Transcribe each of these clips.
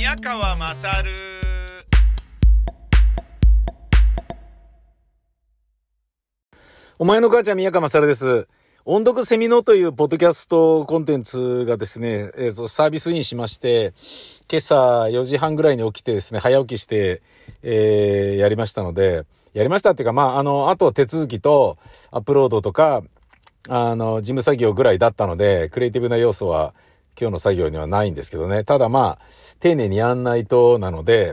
宮川まさる。 お前の母ちゃん宮川まさるです。音読セミノというポッドキャストコンテンツがですね、サービスインしまして、今朝4時半ぐらいに起きてですね、早起きして、やりましたので、やりましたっていうか、あと手続きとアップロードとか、事務作業ぐらいだったので、クリエイティブな要素は今日の作業にはないんですけどね。ただ丁寧にやんないとなので、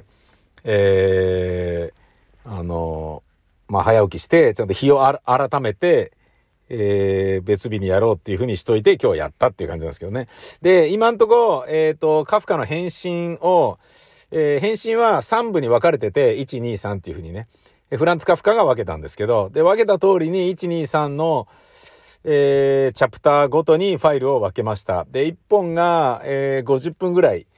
早起きして、ちゃんと日を改めて、別日にやろうっていう風にしといて今日やったっていう感じなんですけどね。で、今んとこ、カフカの返信を、返信は3部に分かれてて、1、2、3っていう風にね。フランツカフカが分けたんですけど、で、分けた通りに1、2、3の、チャプターごとにファイルを分けました。で、1本が、50分ぐらい。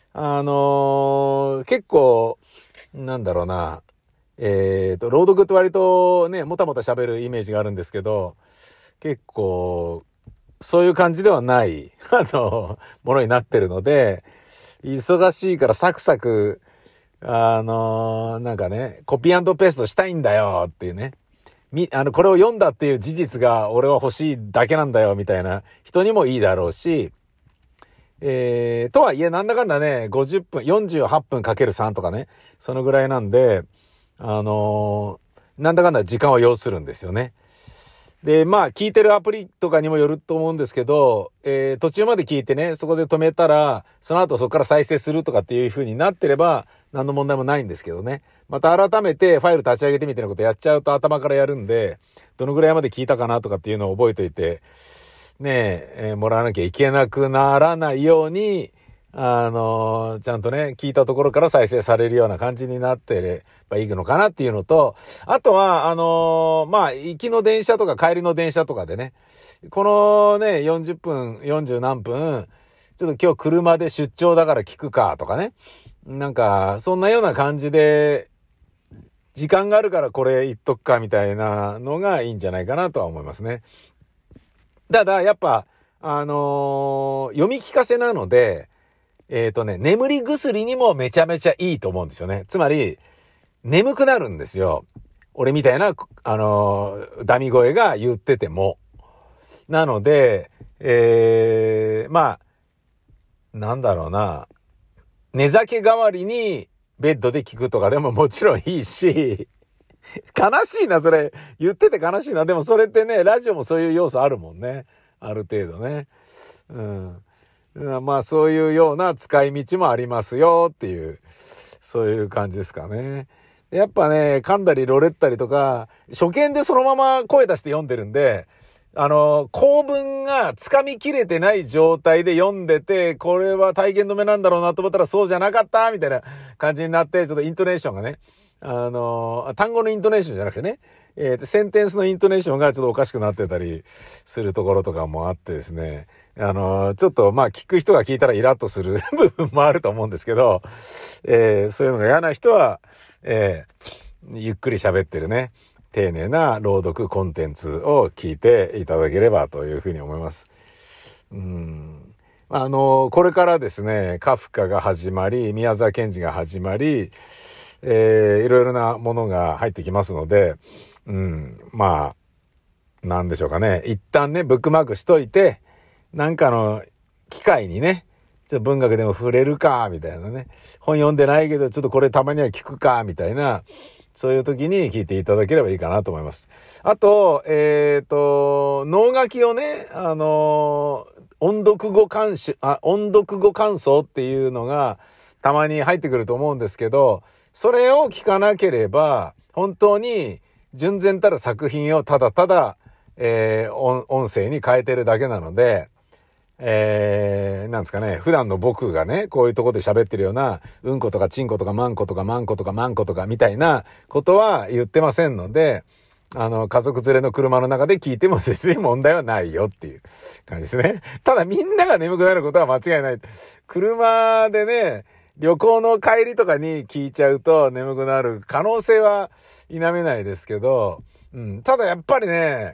結構、なんだろうな。朗読って割とね、もたもた喋るイメージがあるんですけど、結構、そういう感じではない、ものになってるので、忙しいからサクサク、なんかね、コピー&ペーストしたいんだよっていうね。これを読んだっていう事実が俺は欲しいだけなんだよみたいな人にもいいだろうし、とはいえなんだかんだね、50分、48分かける3とかね、そのぐらいなんで、なんだかんだ時間を要するんですよね。で、聞いてるアプリとかにもよると思うんですけど、途中まで聞いてね、そこで止めたら、その後そこから再生するとかっていう風になってれば、何の問題もないんですけどね。また改めてファイル立ち上げてみたいなことやっちゃうと頭からやるんで、どのぐらいまで聞いたかなとかっていうのを覚えといて、もらわなきゃいけなくならないように、ちゃんとね、聞いたところから再生されるような感じになってればいいのかなっていうのと、あとは、行きの電車とか帰りの電車とかでね、このね、40分、40何分、ちょっと今日車で出張だから聞くかとかね、なんか、そんなような感じで、時間があるからこれ言っとくかみたいなのがいいんじゃないかなとは思いますね。ただ、やっぱ、読み聞かせなので、眠り薬にもめちゃめちゃいいと思うんですよね。つまり、眠くなるんですよ。俺みたいな、ダミ声が言ってても。なので、なんだろうな。寝酒代わりにベッドで聞くとかでももちろんいいし、悲しいな、それ。言ってて悲しいな。でもそれってね、ラジオもそういう要素あるもんね。ある程度ね。そういうような使い道もありますよっていう、そういう感じですかね。やっぱね、噛んだりロレったりとか、初見でそのまま声出して読んでるんで、構文がつかみきれてない状態で読んでて、これは体言止めなんだろうなと思ったらそうじゃなかったみたいな感じになって、ちょっとイントネーションがね、単語のイントネーションじゃなくてね、センテンスのイントネーションがちょっとおかしくなってたりするところとかもあってですね、ちょっと聞く人が聞いたらイラッとする部分もあると思うんですけど、そういうのが嫌な人は、ゆっくり喋ってるね、丁寧な朗読コンテンツを聞いていただければというふうに思います。これからですね、カフカが始まり、宮沢賢治が始まり、いろいろなものが入ってきますので、なんでしょうかね。一旦ね、ブックマークしといて、なんかの機会にね、ちょっと文学でも触れるか、みたいなね。本読んでないけど、ちょっとこれたまには聞くか、みたいな、そういう時に聞いていただければいいかなと思います。あと、脳書きをね、音読語感想っていうのがたまに入ってくると思うんですけど、それを聞かなければ、本当に純然たる作品をただただ、音声に変えてるだけなので、なんですかね、普段の僕がね、こういうとこで喋ってるような、うんことかちんことかまんことかまんことかまんことかみたいなことは言ってませんので、家族連れの車の中で聞いても別に問題はないよっていう感じですね。ただみんなが眠くなることは間違いない。車でね、旅行の帰りとかに聞いちゃうと眠くなる可能性は否めないですけど、ただやっぱりね、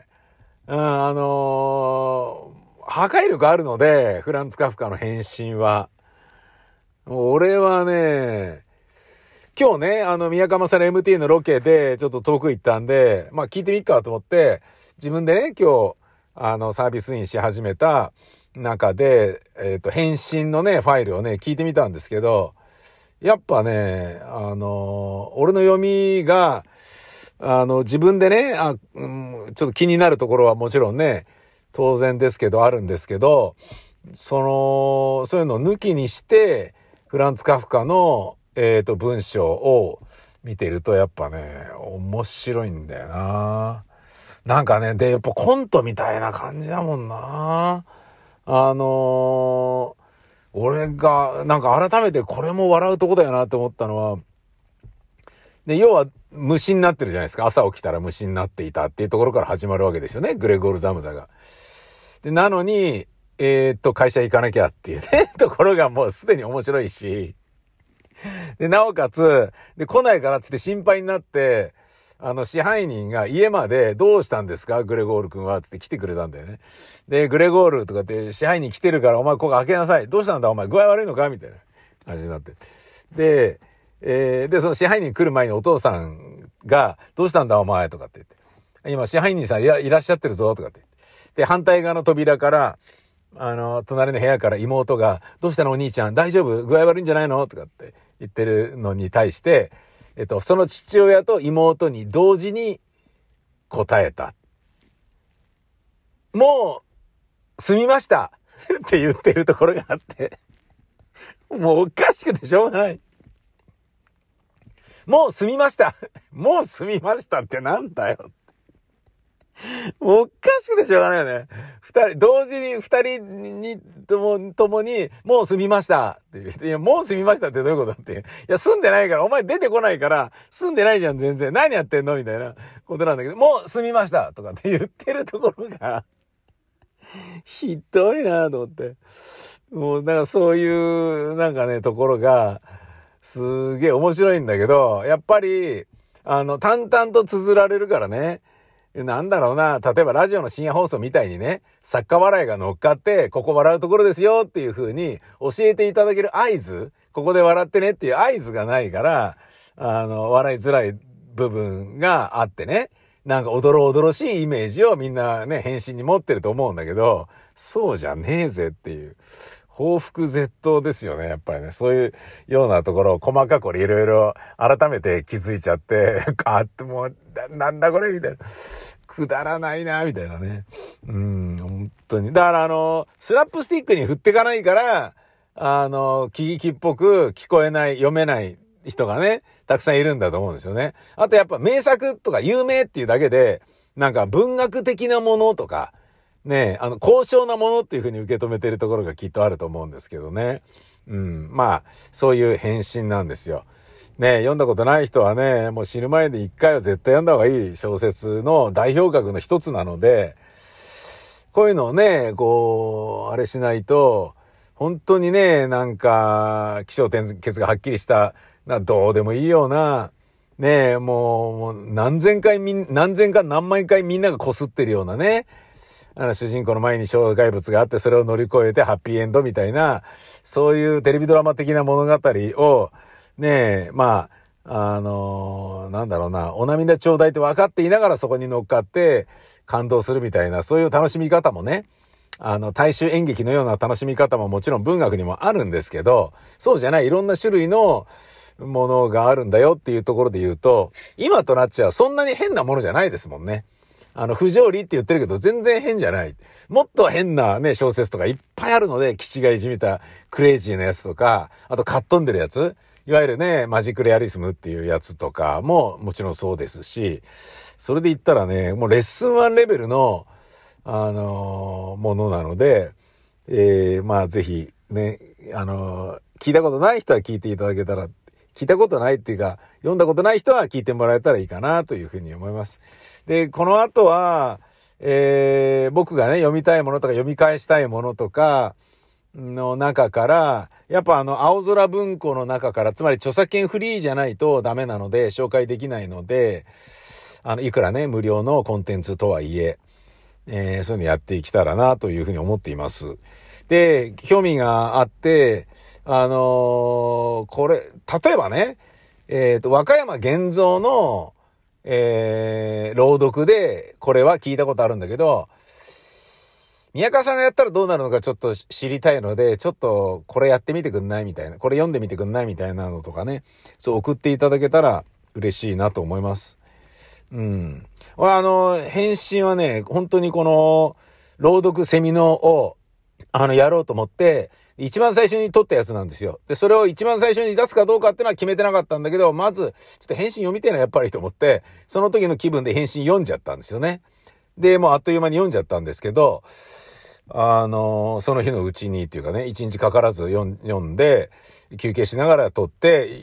破壊力あるので、フランツ・カフカの返信は。 俺はね、今日ね、宮川さんの MT のロケでちょっと遠く行ったんで、まあ聞いてみっかと思って、自分でね、今日、サービスインし始めた中で、返信のね、ファイルをね、聞いてみたんですけど、やっぱね、俺の読みが、自分でね、ちょっと気になるところはもちろんね、当然ですけど、あるんですけど、そういうのを抜きにして、フランツ・カフカの、文章を見てるとやっぱね、面白いんだよな。なんかね、で、やっぱコントみたいな感じだもんな。俺が、なんか改めてこれも笑うとこだよなって思ったのは、で、要は虫になってるじゃないですか。朝起きたら虫になっていたっていうところから始まるわけですよね。グレゴール・ザムザが。で、なのに、会社行かなきゃっていうね、ところがもうすでに面白いし、で、なおかつ、で、来ないからっつって心配になって、支配人が家までどうしたんですかグレゴール君はつって来てくれたんだよね。で、グレゴールとかって支配人来てるからお前ここ開けなさい。どうしたんだお前具合悪いのかみたいな感じになって。で、その支配人来る前にお父さんがどうしたんだお前とかって言って。今支配人さんいらっしゃってるぞとかって言って。で、反対側の扉から、隣の部屋から妹が、どうしたのお兄ちゃん大丈夫具合悪いんじゃないのとかって言ってるのに対して、その父親と妹に同時に答えた。もう、済みましたって言ってるところがあって、もうおかしくてしょうがない。もう済みましたもう済みましたってなんだよ。おかしくてしょうがないよね。同時に二人にともに、もう済みましたって言って、いや、もう済みましたってどういうことだって。いや、済んでないから、お前出てこないから、済んでないじゃん、全然。何やってんのみたいなことなんだけど、もう済みましたとかって言ってるところが、ひどいなと思って。もう、だからそういう、なんかね、ところが、すげえ面白いんだけど、やっぱり、淡々と綴られるからね。なんだろうな、例えばラジオの深夜放送みたいにね、作家笑いが乗っかって、ここ笑うところですよっていう風に教えていただける合図、ここで笑ってねっていう合図がないから、笑いづらい部分があってね、なんかおどろしいイメージをみんなね、返信に持ってると思うんだけど、そうじゃねえぜっていう。報復絶倒ですよね、やっぱりね。そういうようなところを細かくいろいろ改めて気づいちゃって、もう、なんだこれみたいな。くだらないな、みたいなね。本当に。だからスラップスティックに振ってかないから、喜劇っぽく聞こえない、読めない人がね、たくさんいるんだと思うんですよね。あとやっぱ名作とか有名っていうだけで、なんか文学的なものとか、ね、高尚なものっていう風に受け止めてるところがきっとあると思うんですけどね。まあ、そういう返信なんですよ。ね、読んだことない人はね、もう死ぬ前で一回は絶対読んだ方がいい小説の代表格の一つなので、こういうのをね、こう、あれしないと、本当にね、なんか、起承転結がはっきりした、どうでもいいような、ね、もう何千回何万回みんなが擦ってるようなね、主人公の前に障害物があってそれを乗り越えてハッピーエンドみたいな、そういうテレビドラマ的な物語を、ねえ、まあ、なんだろうな、お涙ちょうだいって分かっていながらそこに乗っかって感動するみたいな、そういう楽しみ方もね、大衆演劇のような楽しみ方ももちろん文学にもあるんですけど、そうじゃないいろんな種類のものがあるんだよっていうところで言うと、今となっちゃそんなに変なものじゃないですもんね。不条理って言ってるけど全然変じゃない。もっと変なね、小説とかいっぱいあるので、キチがいじめたクレイジーなやつとか、あとかっ飛んでるやつ、いわゆるね、マジックレアリスムっていうやつとかももちろんそうですし、それで言ったらね、もうレッスン1レベルの、ものなので、まあぜひね、聞いたことない人は聞いていただけたら、聞いたことないっていうか、読んだことない人は聞いてもらえたらいいかなというふうに思います。で、この後は、僕がね、読みたいものとか読み返したいものとかの中から、やっぱ青空文庫の中から、つまり著作権フリーじゃないとダメなので、紹介できないので、いくらね、無料のコンテンツとはいえ、そういうのやっていけたらなというふうに思っています。で、興味があって、 これ、例えばね、和歌山源蔵の、朗読で、これは聞いたことあるんだけど、宮川さんがやったらどうなるのかちょっと知りたいので、ちょっとこれやってみてくんないみたいな、これ読んでみてくんないみたいなのとかね、そう送っていただけたら嬉しいなと思います。うん。返信はね、本当にこの、朗読セミノを、やろうと思って、一番最初に撮ったやつなんですよ。で、それを一番最初に出すかどうかっていうのは決めてなかったんだけど、まず、ちょっと返信読みたいなやっぱりと思って、その時の気分で返信読んじゃったんですよね。で、もうあっという間に読んじゃったんですけど、その日のうちにっていうかね、一日かからず読んで、休憩しながら撮って、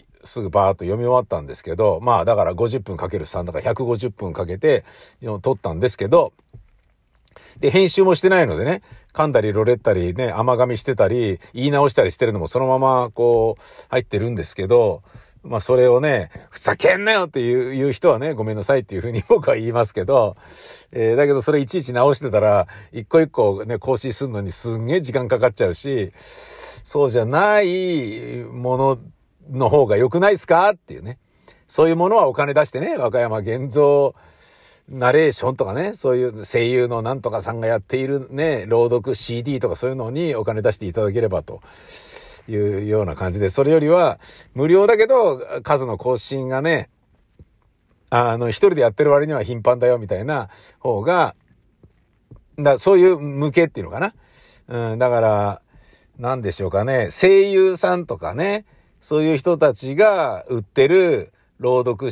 すぐバーッと読み終わったんですけど、まあだから50分かける3だから150分かけて撮ったんですけど、で、編集もしてないのでね、噛んだりろれったりね、甘噛みしてたり、言い直したりしてるのもそのままこう入ってるんですけど、まあそれをね、ふざけんなよっていう人はね、ごめんなさいっていうふうに僕は言いますけど、だけどそれいちいち直してたら、一個一個ね、更新するのにすんげえ時間かかっちゃうし、そうじゃないものの方が良くないですかっていうね。そういうものはお金出してね、和歌山源蔵ナレーションとかね、そういう声優のなんとかさんがやっているね、朗読 CD とかそういうのにお金出していただければというような感じで、それよりは無料だけど数の更新がね、一人でやってる割には頻繁だよみたいな方が、そういう向けっていうのかな。だから、なんでしょうかね、声優さんとかね、そういう人たちが売ってる朗読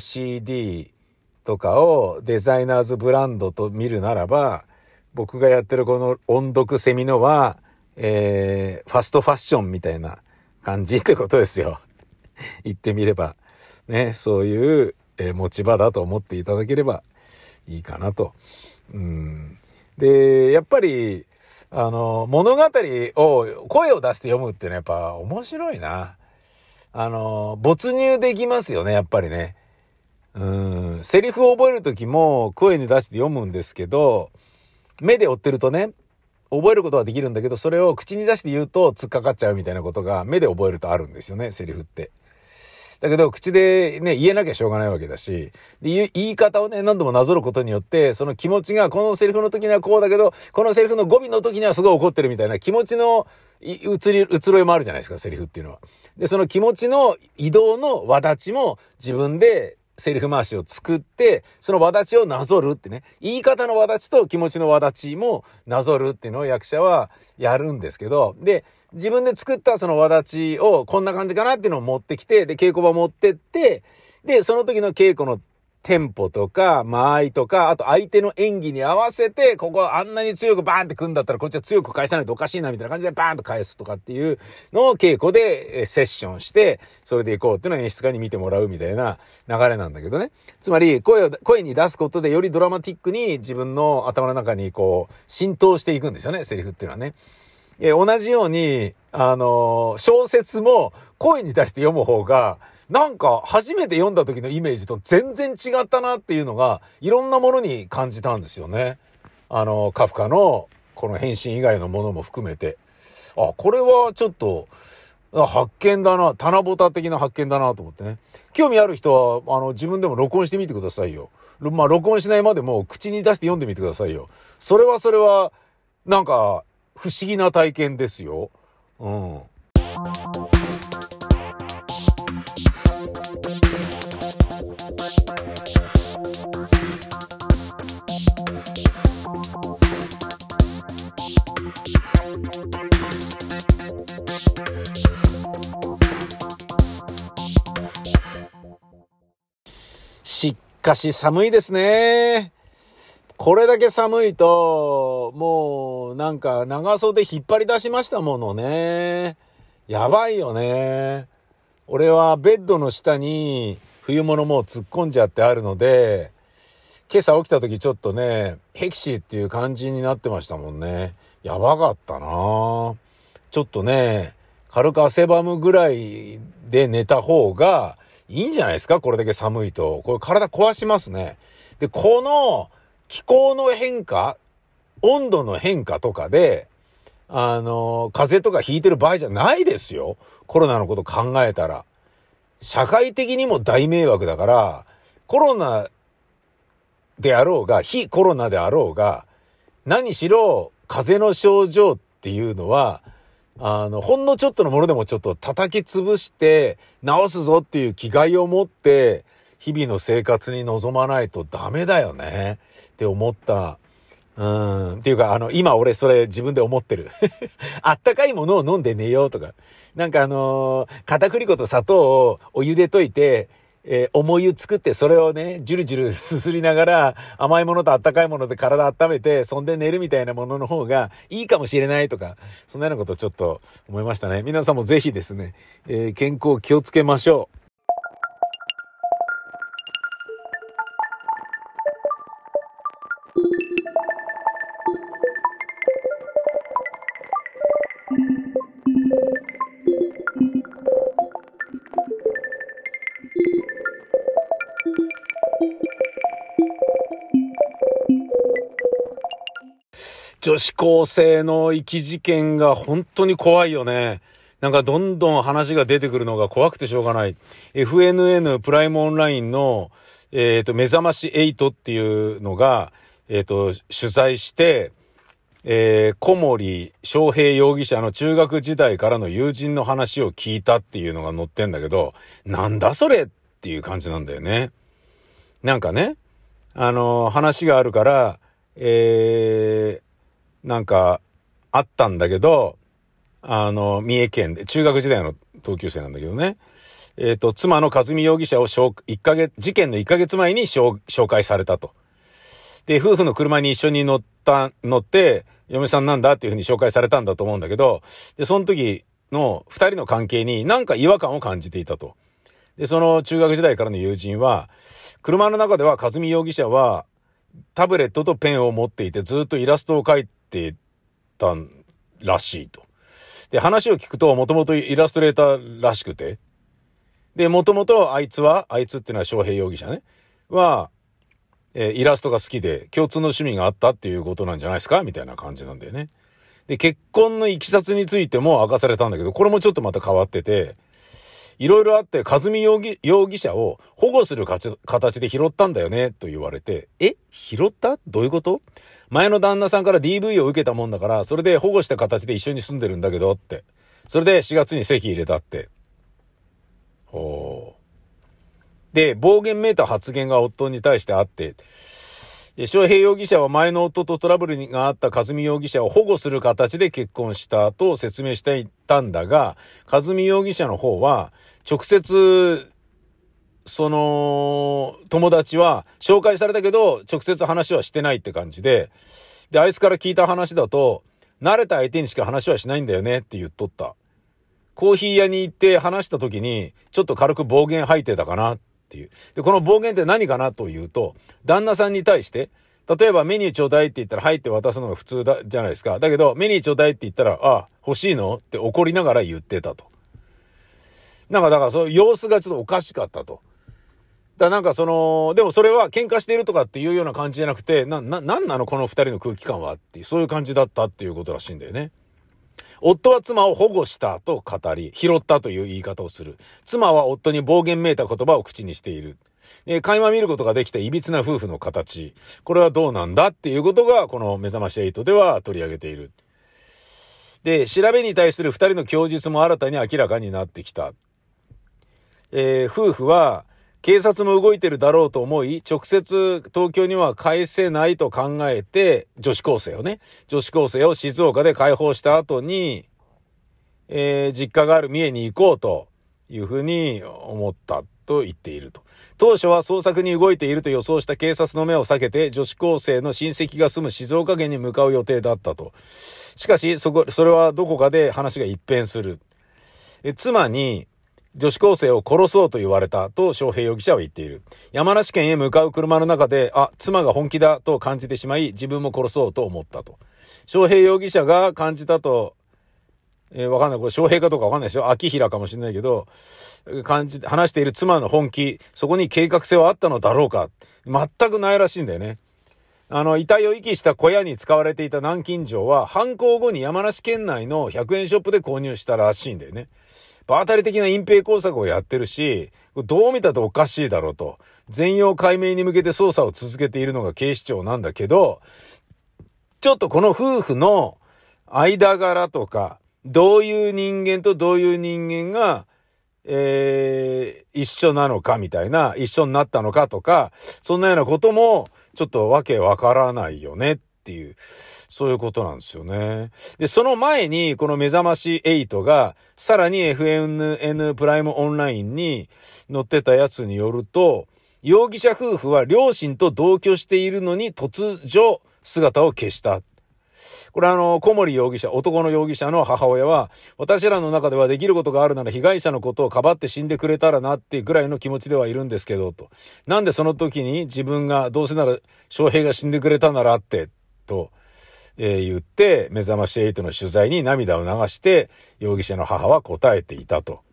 CD とかをデザイナーズブランドと見るならば、僕がやってるこの音読セミノは、ファストファッションみたいな感じってことですよ。言ってみれば。ね、そういう、持ち場だと思っていただければいいかなと。で、やっぱり、物語を声を出して読むっていうのはやっぱ面白いな。没入できますよね、やっぱりね。セリフを覚えるときも声に出して読むんですけど、目で追ってるとね、覚えることはできるんだけど、それを口に出して言うと突っかかっちゃうみたいなことが目で覚えるとあるんですよね、セリフって。だけど、口でね、言えなきゃしょうがないわけだし、で言い方をね、何度もなぞることによって、その気持ちが、このセリフの時にはこうだけど、このセリフの語尾の時にはすごい怒ってるみたいな気持ちの移ろいもあるじゃないですか、セリフっていうのは。で、その気持ちの移動の輪立ちも自分でセリフ回しを作って、その輪立ちをなぞるってね、言い方の輪立ちと気持ちの輪立ちもなぞるっていうのを役者はやるんですけど、で、自分で作ったその輪立ちをこんな感じかなっていうのを持ってきて、で、稽古場持ってって、で、その時の稽古のテンポとか、間合いとか、あと相手の演技に合わせて、ここあんなに強くバーンって組んだったら、こっちは強く返さないとおかしいな、みたいな感じでバーンと返すとかっていうのを稽古でセッションして、それで行こうっていうのを演出家に見てもらうみたいな流れなんだけどね。つまり、声に出すことでよりドラマティックに自分の頭の中にこう、浸透していくんですよね、セリフっていうのはね。同じように、小説も声に出して読む方が、なんか初めて読んだ時のイメージと全然違ったなっていうのが、いろんなものに感じたんですよね。カフカのこの変身以外のものも含めて。あ、これはちょっと発見だな、棚ぼた的な発見だなと思ってね。興味ある人は、自分でも録音してみてくださいよ。まあ、録音しないまでも口に出して読んでみてくださいよ。それは、なんか、不思議な体験ですよ。しかし寒いですね。これだけ寒いと、もうなんか長袖引っ張り出しましたものね。やばいよね。俺はベッドの下に冬物もう突っ込んじゃってあるので、今朝起きた時ちょっとね、ヘキシーっていう感じになってましたもんね。やばかったな。ちょっとね、軽く汗ばむぐらいで寝た方がいいんじゃないですか、これだけ寒いと。これ体壊しますね。で、この気候の変化、温度の変化とかで、 風邪とかひいてる場合じゃないですよ。コロナのこと考えたら。社会的にも大迷惑だから、コロナであろうが、非コロナであろうが、何しろ風邪の症状っていうのは、ほんのちょっとのものでもちょっと叩き潰して治すぞっていう気概を持って、日々の生活に臨まないとダメだよねって思った。っていうか、今俺それ自分で思ってる。あったかいものを飲んで寝ようとか。なんか片栗粉と砂糖をお湯で溶いて、重湯作ってそれをね、ジュルジュルすすりながら甘いものとあったかいもので体温めて、そんで寝るみたいなものの方がいいかもしれないとか、そんなようなことをちょっと思いましたね。皆さんもぜひですね、健康気をつけましょう。女子高生の遺棄事件が本当に怖いよね。なんかどんどん話が出てくるのが怖くてしょうがない。FNN プライムオンラインの、目覚まし8っていうのが、取材して、小森章平容疑者の中学時代からの友人の話を聞いたっていうのが載ってんだけど、なんだそれっていう感じなんだよね。なんかね、話があるから、なんか、あったんだけど、三重県で、中学時代の同級生なんだけどね。妻の和美容疑者を事件の1ヶ月前に紹介されたと。で、夫婦の車に一緒に乗って、嫁さんなんだっていうふうに紹介されたんだと思うんだけど、で、その時の二人の関係になんか違和感を感じていたと。で、その中学時代からの友人は、車の中では和美容疑者は、タブレットとペンを持っていてずっとイラストを描いてたらしいと。で、話を聞くともともとイラストレーターらしくて。で、もともとあいつっていうのは翔平容疑者ね。は、イラストが好きで共通の趣味があったっていうことなんじゃないですかみたいな感じなんだよね。で、結婚のいきさつについても明かされたんだけど、これもちょっとまた変わってて、いろいろあって、和美容疑者を保護する形で拾ったんだよね、と言われて、拾った？どういうこと？前の旦那さんから DV を受けたもんだから、それで保護した形で一緒に住んでるんだけどって。それで4月に籍入れたって。で、暴言めいた発言が夫に対してあって、翔平容疑者は前の夫とトラブルがあった和美容疑者を保護する形で結婚したと説明していたんだが、和美容疑者の方は直接その友達は紹介されたけど直接話はしてないって感じで、あいつから聞いた話だと慣れた相手にしか話はしないんだよねって言っとった。コーヒー屋に行って話した時にちょっと軽く暴言吐いてたかなっていう。で、この暴言って何かなというと、旦那さんに対して、例えばメニューちょうだいって言ったらはいって渡すのが普通じゃないですか。だけどメニューちょうだいって言ったら、欲しいのって怒りながら言ってたと。だからその様子がちょっとおかしかったと。でもそれは喧嘩しているとかっていうような感じじゃなくて、なんなのこの二人の空気感はっていう、そういう感じだったっていうことらしいんだよね。夫は妻を保護したと語り、拾ったという言い方をする。妻は夫に暴言めいた言葉を口にしている。垣間見ることができた歪な夫婦の形。これはどうなんだっていうことが、この目覚まし8では取り上げている。で、調べに対する二人の供述も新たに明らかになってきた。夫婦は、警察も動いてるだろうと思い、直接東京には返せないと考えて、女子高生を静岡で解放した後に、実家がある三重に行こうというふうに思ったと言っていると。当初は捜索に動いていると予想した警察の目を避けて、女子高生の親戚が住む静岡県に向かう予定だったと。しかし、それはどこかで話が一変する。妻に、女子高生を殺そうと言われたと翔平容疑者は言っている。山梨県へ向かう車の中で、妻が本気だと感じてしまい、自分も殺そうと思ったと。翔平容疑者が感じたと、わかんない。これ翔平かどうかわかんないですよ。秋平かもしれないけど、話している妻の本気、そこに計画性はあったのだろうか。全くないらしいんだよね。 遺体を遺棄した小屋に使われていた南京錠は、犯行後に山梨県内の100円ショップで購入したらしいんだよね。場当たり的な隠蔽工作をやってるし、どう見たっておかしいだろうと。全容解明に向けて捜査を続けているのが警視庁なんだけど、ちょっとこの夫婦の間柄とか、どういう人間とどういう人間が、一緒なのかみたいな、一緒になったのかとか、そんなようなことも、ちょっとわけわからないよねっていう、そういうことなんですよね。で、その前に、この目覚まし8が、さらに FNN プライムオンラインに載ってたやつによると、容疑者夫婦は両親と同居しているのに突如姿を消した。これ小森容疑者、男の容疑者の母親は、私らの中ではできることがあるなら被害者のことをかばって死んでくれたらなっていうぐらいの気持ちではいるんですけど、と。なんでその時に自分がどうせなら翔平が死んでくれたならって、と、言って、目覚まし8の取材に涙を流して、容疑者の母は答えていたと。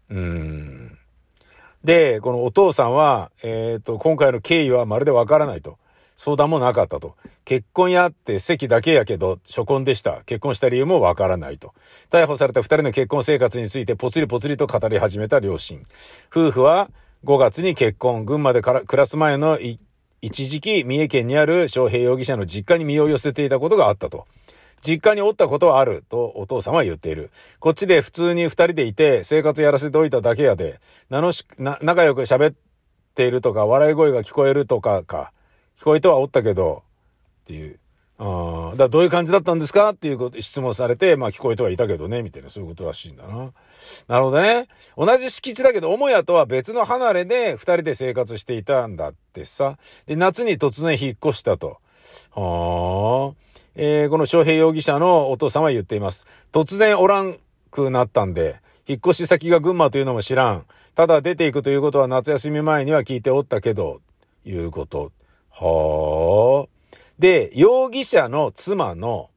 で、このお父さんは、今回の経緯はまるでわからないと。相談もなかったと。結婚やって籍だけやけど初婚でした。結婚した理由もわからないと。逮捕された2人の結婚生活についてポツリポツリと語り始めた両親。夫婦は5月に結婚。群馬で暮らす前の一時期三重県にある翔平容疑者の実家に身を寄せていたことがあったと。実家におったことはあるとお父さんは言っている。こっちで普通に2人でいて生活やらせておいただけやで。仲良く喋っているとか笑い声が聞こえるとか聞こえてはおったけど、っていう。だどういう感じだったんですかっていうこと質問されて、聞こえてはいたけどね、みたいな、そういうことらしいんだな。なるほどね。同じ敷地だけど、母屋とは別の離れで二人で生活していたんだってさ。で、夏に突然引っ越したと。この翔平容疑者のお父さんは言っています。突然おらんくなったんで、引っ越し先が群馬というのも知らん。ただ出ていくということは夏休み前には聞いておったけど、いうこと。で、容疑者妻の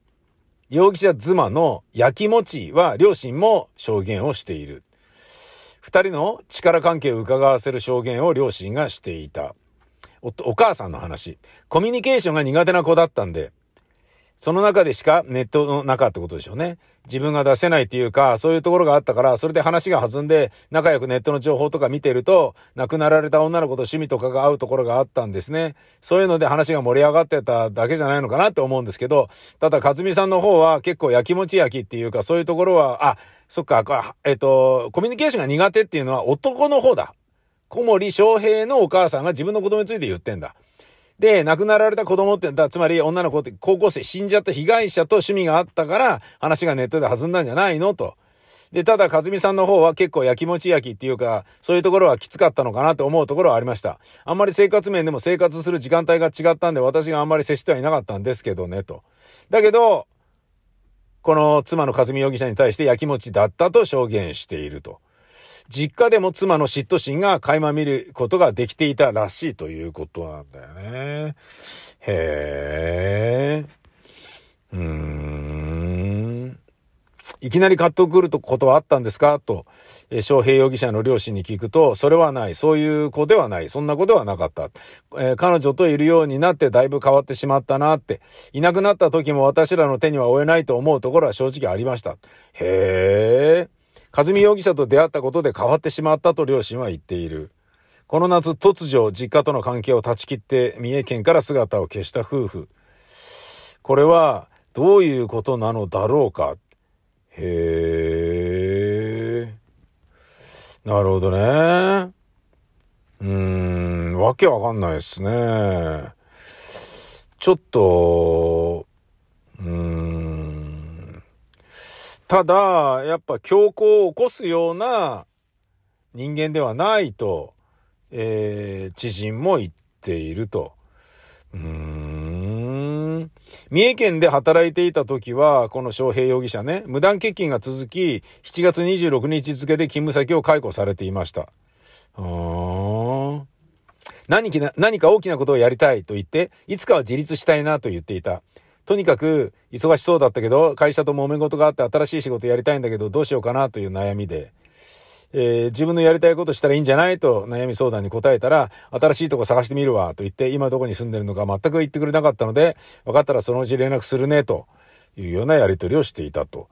焼きもちは両親も証言をしている。二人の力関係を伺わせる証言を両親がしていた。お母さんの話。コミュニケーションが苦手な子だったんで、その中でしかネットの中ってことでしょうね。自分が出せないっていうか、そういうところがあったから、それで話が弾んで、仲良くネットの情報とか見てると、亡くなられた女の子と趣味とかが合うところがあったんですね。そういうので話が盛り上がってただけじゃないのかなって思うんですけど、ただ、勝美さんの方は結構焼きもち焼きっていうか、そういうところは、そっか、コミュニケーションが苦手っていうのは男の方だ。小森翔平のお母さんが自分の子供について言ってんだ。で、亡くなられた子供ってつまり女の子って高校生死んじゃった被害者と趣味があったから話がネットで弾んだんじゃないのと。で、ただ、和美さんの方は結構焼きもち焼きっていうか、そういうところはきつかったのかなと思うところはありました。あんまり生活面でも生活する時間帯が違ったんで私があんまり接してはいなかったんですけどねと。だけど、この妻の和美容疑者に対して焼きもちだったと証言していると。実家でも妻の嫉妬心が垣間見ることができていたらしいということなんだよね。へー。いきなりカッとくることはあったんですかと、翔平容疑者の両親に聞くと、それはない。そういう子ではない。そんな子ではなかった。彼女といるようになってだいぶ変わってしまったなって。いなくなった時も私らの手には負えないと思うところは正直ありました。へー。和美容疑者と出会ったことで変わってしまったと両親は言っている。この夏突如実家との関係を断ち切って三重県から姿を消した夫婦。これはどういうことなのだろうか。へー。なるほどね。わけわかんないですね。ちょっと、ただ、やっぱ凶行を起こすような人間ではないと、知人も言っていると。三重県で働いていた時は、この翔平容疑者ね、無断欠勤が続き、7月26日付で勤務先を解雇されていました。何か大きなことをやりたいと言って、いつかは自立したいなと言っていた。とにかく忙しそうだったけど、会社と揉め事があって新しい仕事やりたいんだけど、どうしようかなという悩みで、 自分のやりたいことしたらいいんじゃないと悩み相談に答えたら、新しいとこ探してみるわと言って、今どこに住んでるのか全く言ってくれなかったので、分かったらそのうち連絡するねというようなやり取りをしていたと。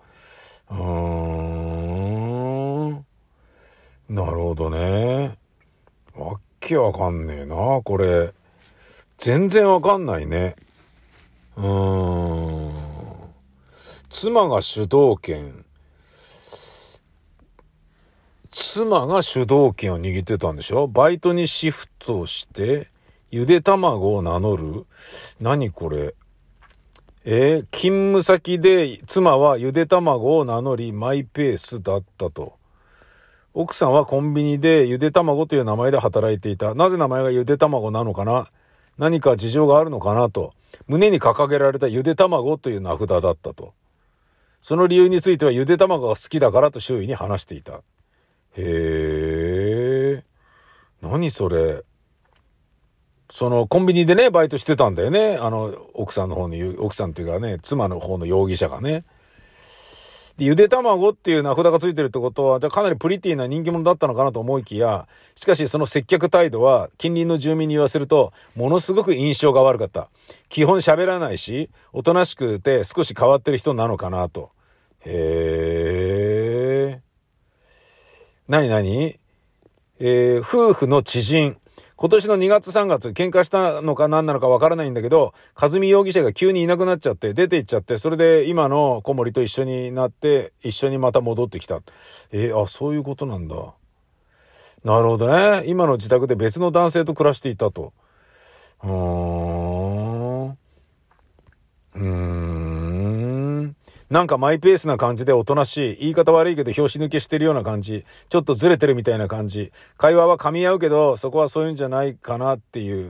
なるほどね。わけわかんねえな、これ。全然わかんないね。妻が主導権。妻が主導権を握ってたんでしょ？バイトにシフトして、ゆで卵を名乗る？何これ？勤務先で妻はゆで卵を名乗りマイペースだったと。奥さんはコンビニでゆで卵という名前で働いていた。なぜ名前がゆで卵なのかな？何か事情があるのかなと。胸に掲げられたゆで卵という名札だったと。その理由についてはゆで卵が好きだからと周囲に話していた。へえ。何それ。そのコンビニでね、バイトしてたんだよね。奥さんというかね、妻の方の容疑者がね。で、ゆで卵っていう名札がついてるってことは、じゃあかなりプリティな人気者だったのかなと思いきや、しかしその接客態度は近隣の住民に言わせると、ものすごく印象が悪かった。基本喋らないし、おとなしくて少し変わってる人なのかなと。へー。何夫婦の知人。今年の2月3月喧嘩したのか何なのかわからないんだけど、和美容疑者が急にいなくなっちゃって出て行っちゃって、それで今の小森と一緒になって一緒にまた戻ってきた。そういうことなんだ。なるほどね。今の自宅で別の男性と暮らしていたと。なんかマイペースな感じでおとなしい。言い方悪いけど拍子抜けしてるような感じ。ちょっとずれてるみたいな感じ。会話は噛み合うけど、そこはそういうんじゃないかなっていう。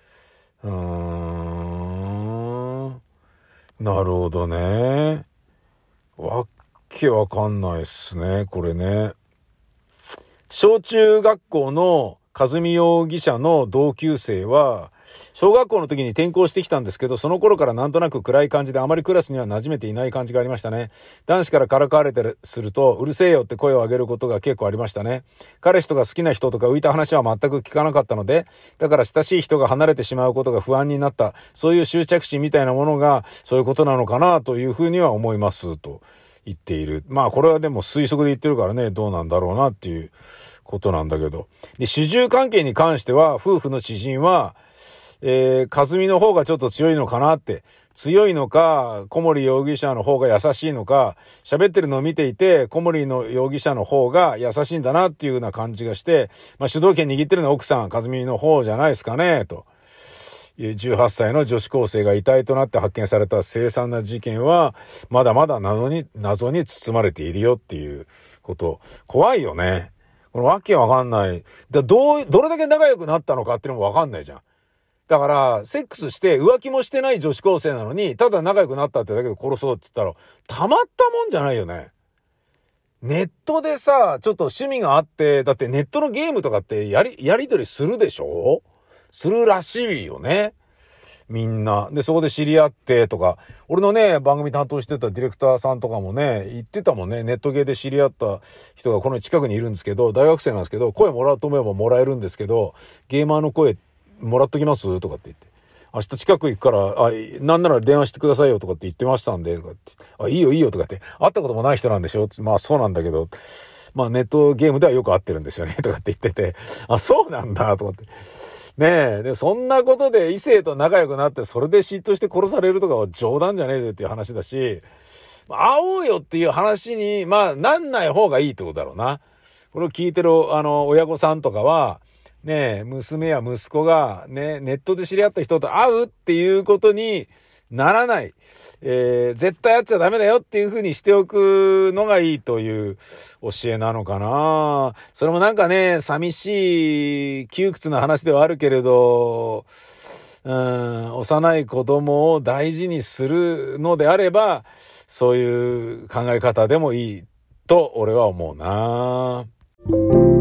なるほどね。わけわかんないっすね、これね。小中学校の和美容疑者の同級生は、小学校の時に転校してきたんですけど、その頃からなんとなく暗い感じであまりクラスには馴染めていない感じがありましたね。男子からからかわれたりすると、うるせえよって声を上げることが結構ありましたね。彼氏とか好きな人とか浮いた話は全く聞かなかったので、だから親しい人が離れてしまうことが不安になった、そういう執着心みたいなものが、そういうことなのかなというふうには思いますと言っている。まあこれはでも推測で言ってるからね、どうなんだろうなっていうことなんだけど。で、主従関係に関しては、夫婦の知人は、和美の方がちょっと強いのかなって。強いのか、小森容疑者の方が優しいのか、喋ってるのを見ていて、小森の容疑者の方が優しいんだなっていうような感じがして、まあ主導権握ってるのは奥さん、和美の方じゃないですかね、と。18歳の女子高生が遺体となって発見された凄惨な事件は、まだまだ謎に包まれているよっていうこと。怖いよね。このわけわかんない。どれだけ仲良くなったのかっていうのもわかんないじゃん。だから、セックスして浮気もしてない女子高生なのに、ただ仲良くなったってだけで殺そうって言ったら、たまったもんじゃないよね。ネットでさ、ちょっと趣味があって、だってネットのゲームとかってやり取りするでしょ？するらしいよね。みんな。で、そこで知り合ってとか、俺のね、番組担当してたディレクターさんとかもね、言ってたもんね、ネットゲーで知り合った人がこの近くにいるんですけど、大学生なんですけど、声もらうと思えばもらえるんですけど、ゲーマーの声もらっときますとかって言って。明日近く行くから、なんなら電話してくださいよとかって言ってましたんで、とかって。いいよとかって。会ったこともない人なんでしょ？まあそうなんだけど、まあネットゲームではよく会ってるんですよね、とかって言ってて。そうなんだ、とかって。ねえ、で、そんなことで異性と仲良くなって、それで嫉妬して殺されるとかは冗談じゃねえぜっていう話だし、会おうよっていう話に、まあ、なんない方がいいってことだろうな。これを聞いてる、親御さんとかは、ねえ、娘や息子が、ね、ネットで知り合った人と会うっていうことにならない。絶対会っちゃダメだよっていう風にしておくのがいいという教えなのかな。それもなんかね、寂しい窮屈な話ではあるけれど、幼い子供を大事にするのであれば、そういう考え方でもいいと俺は思うな。